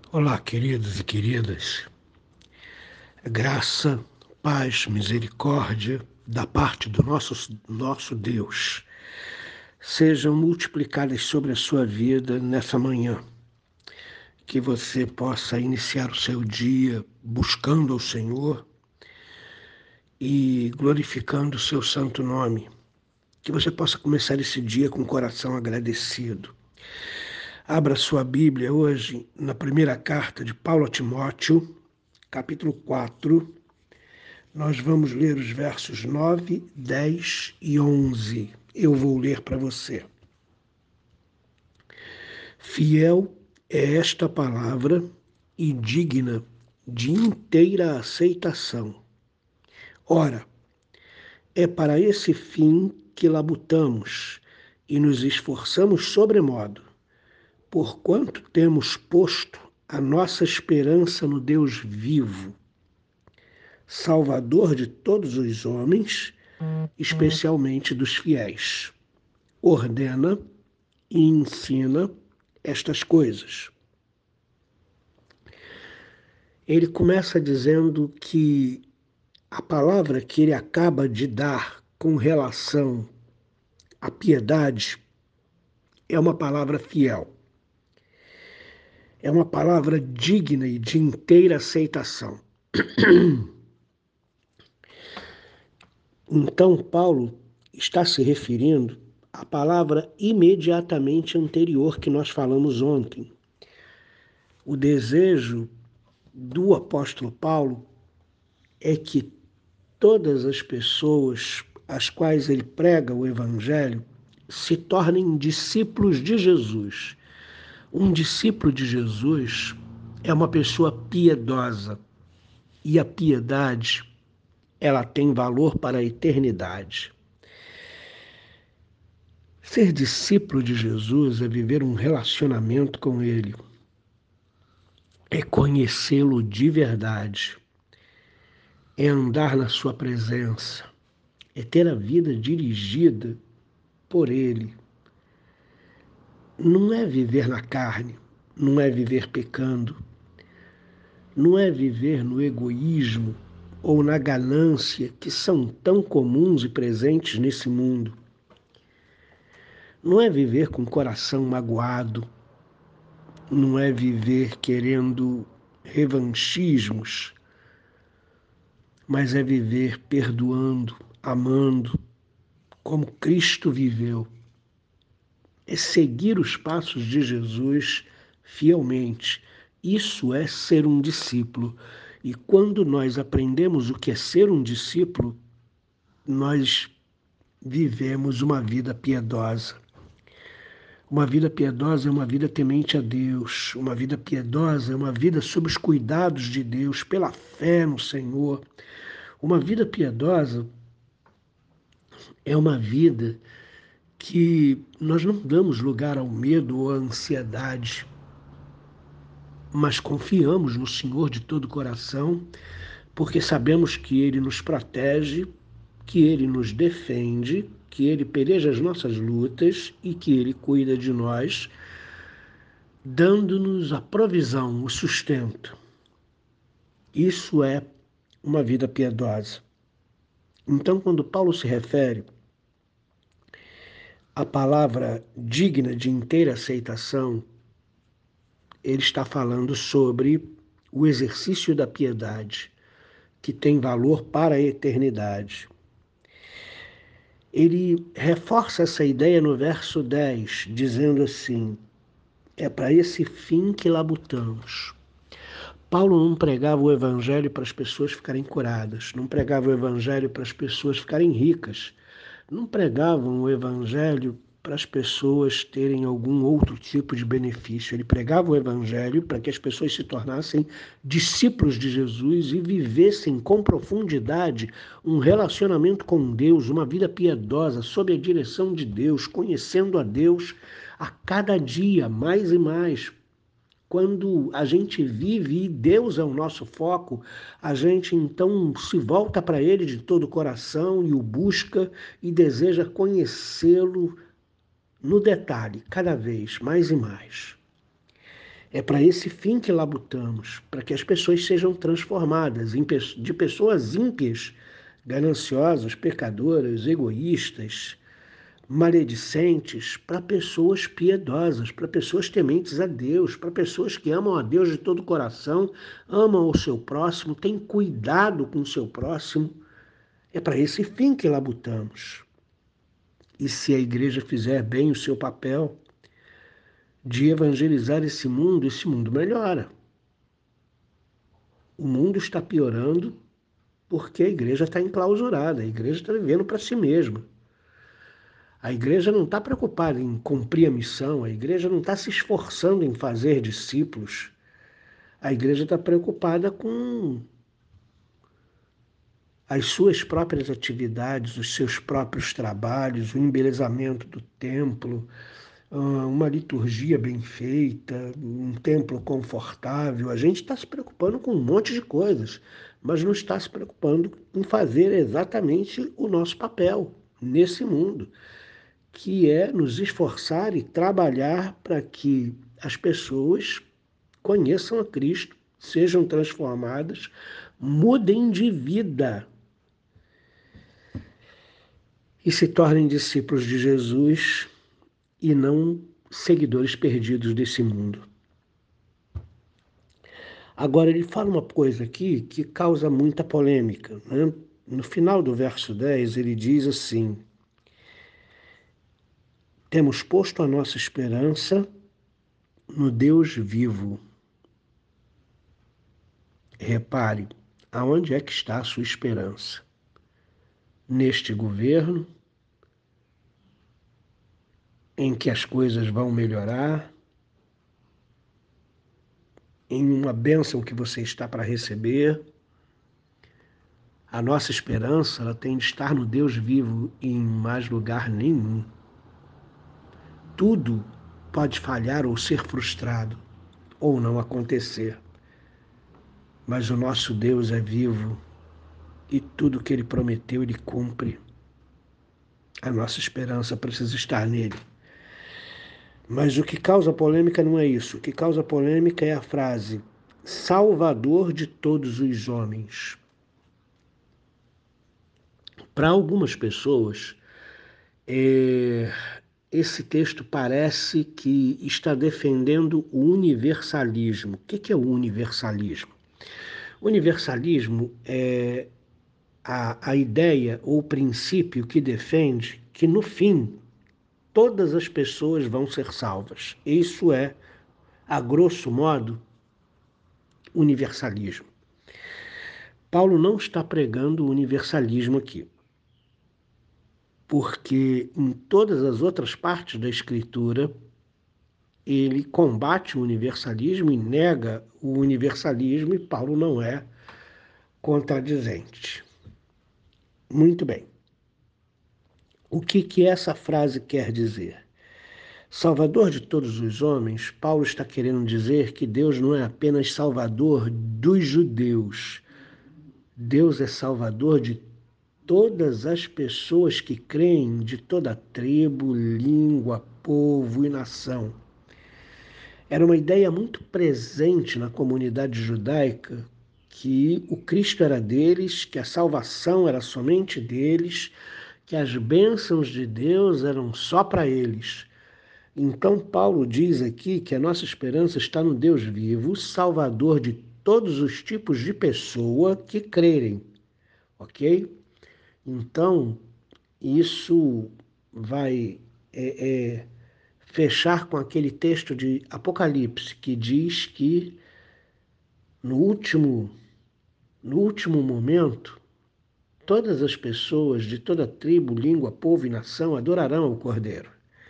Olá, queridos e queridas. Graça, paz, misericórdia da parte do nosso Deus sejam multiplicadas sobre a sua vida nessa manhã. Que você possa iniciar o seu dia buscando ao Senhor e glorificando o seu santo nome. Que você possa começar esse dia com o coração agradecido. Abra sua Bíblia hoje na primeira carta de Paulo a Timóteo, capítulo 4. Nós vamos ler os versos 9, 10 e 11. Eu vou ler para você. Fiel é esta palavra e digna de inteira aceitação. Ora, é para esse fim que labutamos e nos esforçamos sobremodo, porquanto temos posto a nossa esperança no Deus vivo, Salvador de todos os homens, especialmente dos fiéis. Ordena e ensina estas coisas. Ele começa dizendo que a palavra que ele acaba de dar com relação à piedade é uma palavra fiel. É uma palavra digna e de inteira aceitação. Então, Paulo está se referindo à palavra imediatamente anterior que nós falamos ontem. O desejo do apóstolo Paulo é que todas as pessoas às quais ele prega o Evangelho se tornem discípulos de Jesus. Um discípulo de Jesus é uma pessoa piedosa e a piedade, ela tem valor para a eternidade. Ser discípulo de Jesus é viver um relacionamento com Ele, é conhecê-lo de verdade, é andar na sua presença, é ter a vida dirigida por Ele. Não é viver na carne, não é viver pecando, não é viver no egoísmo ou na ganância que são tão comuns e presentes nesse mundo. Não é viver com o coração magoado, não é viver querendo revanchismos, mas é viver perdoando, amando, como Cristo viveu. É seguir os passos de Jesus fielmente. Isso é ser um discípulo. E quando nós aprendemos o que é ser um discípulo, nós vivemos uma vida piedosa. Uma vida piedosa é uma vida temente a Deus. Uma vida piedosa é uma vida sob os cuidados de Deus, pela fé no Senhor. Uma vida piedosa é uma vida que nós não damos lugar ao medo ou à ansiedade, mas confiamos no Senhor de todo o coração, porque sabemos que Ele nos protege, que Ele nos defende, que Ele peleja as nossas lutas e que Ele cuida de nós, dando-nos a provisão, o sustento. Isso é uma vida piedosa. Então, quando Paulo se refere à palavra digna de inteira aceitação, ele está falando sobre o exercício da piedade, que tem valor para a eternidade. Ele reforça essa ideia no verso 10, dizendo assim: é para esse fim que labutamos. Paulo não pregava o evangelho para as pessoas ficarem curadas, não pregava o evangelho para as pessoas ficarem ricas, não pregavam o evangelho para as pessoas terem algum outro tipo de benefício. Ele pregava o evangelho para que as pessoas se tornassem discípulos de Jesus e vivessem com profundidade um relacionamento com Deus, uma vida piedosa, sob a direção de Deus, conhecendo a Deus a cada dia, mais e mais. Quando a gente vive e Deus é o nosso foco, a gente então se volta para Ele de todo o coração e o busca e deseja conhecê-lo no detalhe, cada vez mais e mais. É para esse fim que labutamos, para que as pessoas sejam transformadas de pessoas ímpias, gananciosas, pecadoras, egoístas, maledicentes, para pessoas piedosas, para pessoas tementes a Deus, para pessoas que amam a Deus de todo o coração, amam o seu próximo, têm cuidado com o seu próximo. É para esse fim que labutamos. E se a igreja fizer bem o seu papel de evangelizar esse mundo melhora. O mundo está piorando porque a igreja está enclausurada, a igreja está vivendo para si mesma. A igreja não está preocupada em cumprir a missão, a igreja não está se esforçando em fazer discípulos. A igreja está preocupada com as suas próprias atividades, os seus próprios trabalhos, o embelezamento do templo, uma liturgia bem feita, um templo confortável. A gente está se preocupando com um monte de coisas, mas não está se preocupando em fazer exatamente o nosso papel nesse mundo, que é nos esforçar e trabalhar para que as pessoas conheçam a Cristo, sejam transformadas, mudem de vida e se tornem discípulos de Jesus e não seguidores perdidos desse mundo. Agora, ele fala uma coisa aqui que causa muita polêmica, né? No final do verso 10, ele diz assim: temos posto a nossa esperança no Deus vivo. Repare, aonde é que está a sua esperança? Neste governo, em que as coisas vão melhorar, em uma bênção que você está para receber. A nossa esperança, ela tem de estar no Deus vivo e em mais lugar nenhum. Tudo pode falhar ou ser frustrado, ou não acontecer. Mas o nosso Deus é vivo e tudo que Ele prometeu, Ele cumpre. A nossa esperança precisa estar nele. Mas o que causa polêmica não é isso. O que causa polêmica é a frase Salvador de todos os homens. Para algumas pessoas, esse texto parece que está defendendo o universalismo. O que é o universalismo? O universalismo é a ideia ou o princípio que defende que, no fim, todas as pessoas vão ser salvas. Isso é, a grosso modo, universalismo. Paulo não está pregando o universalismo aqui, porque em todas as outras partes da Escritura, ele combate o universalismo e nega o universalismo, e Paulo não é contradizente. Muito bem. O que essa frase quer dizer? Salvador de todos os homens, Paulo está querendo dizer que Deus não é apenas salvador dos judeus. Deus é salvador de todas as pessoas que creem, de toda tribo, língua, povo e nação. Era uma ideia muito presente na comunidade judaica que o Cristo era deles, que a salvação era somente deles, que as bênçãos de Deus eram só para eles. Então Paulo diz aqui que a nossa esperança está no Deus vivo, Salvador de todos os tipos de pessoa que crerem, ok? Então, isso vai fechar com aquele texto de Apocalipse que diz que no último momento, todas as pessoas de toda tribo, língua, povo e nação adorarão o Cordeiro.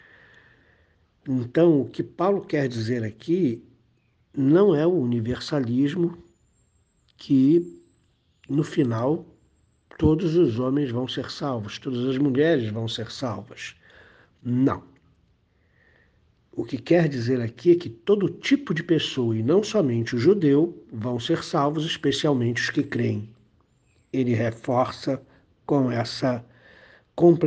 Então, o que Paulo quer dizer aqui não é o universalismo que, no final, todos os homens vão ser salvos, todas as mulheres vão ser salvas. Não. O que quer dizer aqui é que todo tipo de pessoa, e não somente o judeu, vão ser salvos, especialmente os que creem. Ele reforça com essa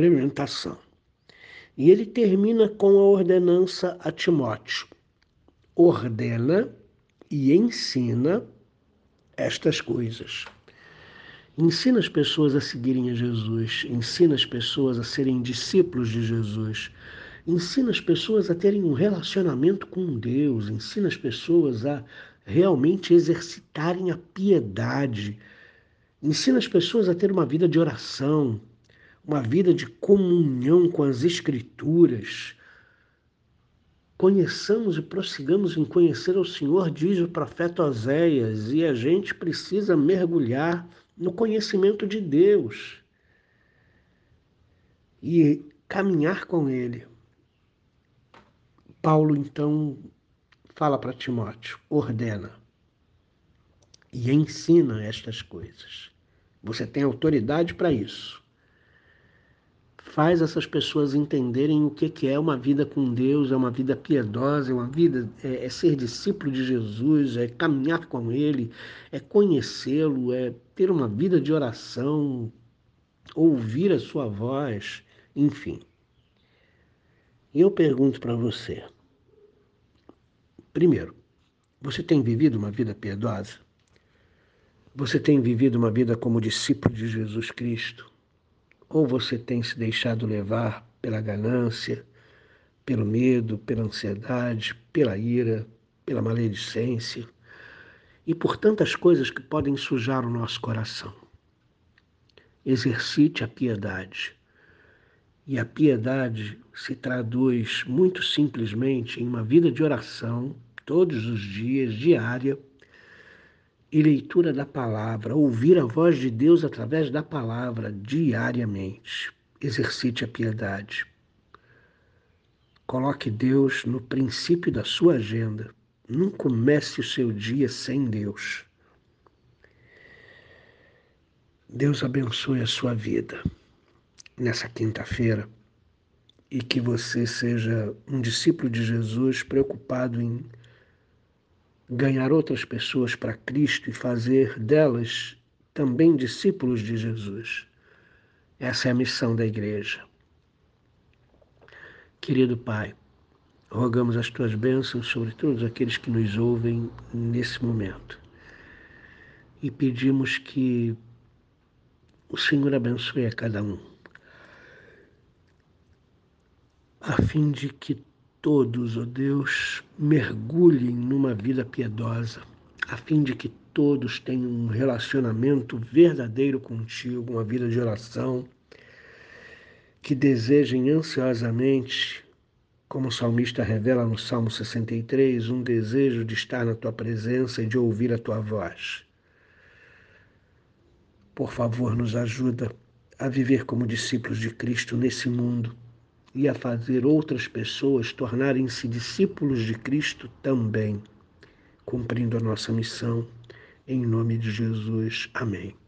complementação. E ele termina com a ordenança a Timóteo. ordena e ensina estas coisas. Ensina as pessoas a seguirem a Jesus, ensina as pessoas a serem discípulos de Jesus, ensina as pessoas a terem um relacionamento com Deus, ensina as pessoas a realmente exercitarem a piedade, ensina as pessoas a ter uma vida de oração, uma vida de comunhão com as Escrituras. Conheçamos e prossigamos em conhecer o Senhor, diz o profeta Oséias, e a gente precisa mergulhar no conhecimento de Deus e caminhar com Ele. Paulo, então, fala para Timóteo, ordena e ensina estas coisas. Você tem autoridade para isso. Faz essas pessoas entenderem o que é uma vida com Deus, é uma vida piedosa, é uma vida, é ser discípulo de Jesus, é caminhar com Ele, é conhecê-lo, é ter uma vida de oração, ouvir a sua voz, enfim. Eu pergunto para você, primeiro, você tem vivido uma vida piedosa? Você tem vivido uma vida como discípulo de Jesus Cristo? Ou você tem se deixado levar pela ganância, pelo medo, pela ansiedade, pela ira, pela maledicência e por tantas coisas que podem sujar o nosso coração? Exercite a piedade. E a piedade se traduz muito simplesmente em uma vida de oração, todos os dias, diária, e leitura da palavra, ouvir a voz de Deus através da palavra diariamente. Exercite a piedade. Coloque Deus no princípio da sua agenda. Não comece o seu dia sem Deus. Deus abençoe a sua vida nessa quinta-feira e que você seja um discípulo de Jesus preocupado em ganhar outras pessoas para Cristo e fazer delas também discípulos de Jesus. Essa é a missão da igreja. Querido Pai, rogamos as tuas bênçãos sobre todos aqueles que nos ouvem nesse momento. E pedimos que o Senhor abençoe a cada um, a fim de que todos, ó Deus, mergulhem numa vida piedosa, a fim de que todos tenham um relacionamento verdadeiro contigo, uma vida de oração, que desejem ansiosamente, como o salmista revela no Salmo 63, um desejo de estar na tua presença e de ouvir a tua voz. Por favor, nos ajuda a viver como discípulos de Cristo nesse mundo e a fazer outras pessoas tornarem-se discípulos de Cristo também, cumprindo a nossa missão. Em nome de Jesus. Amém.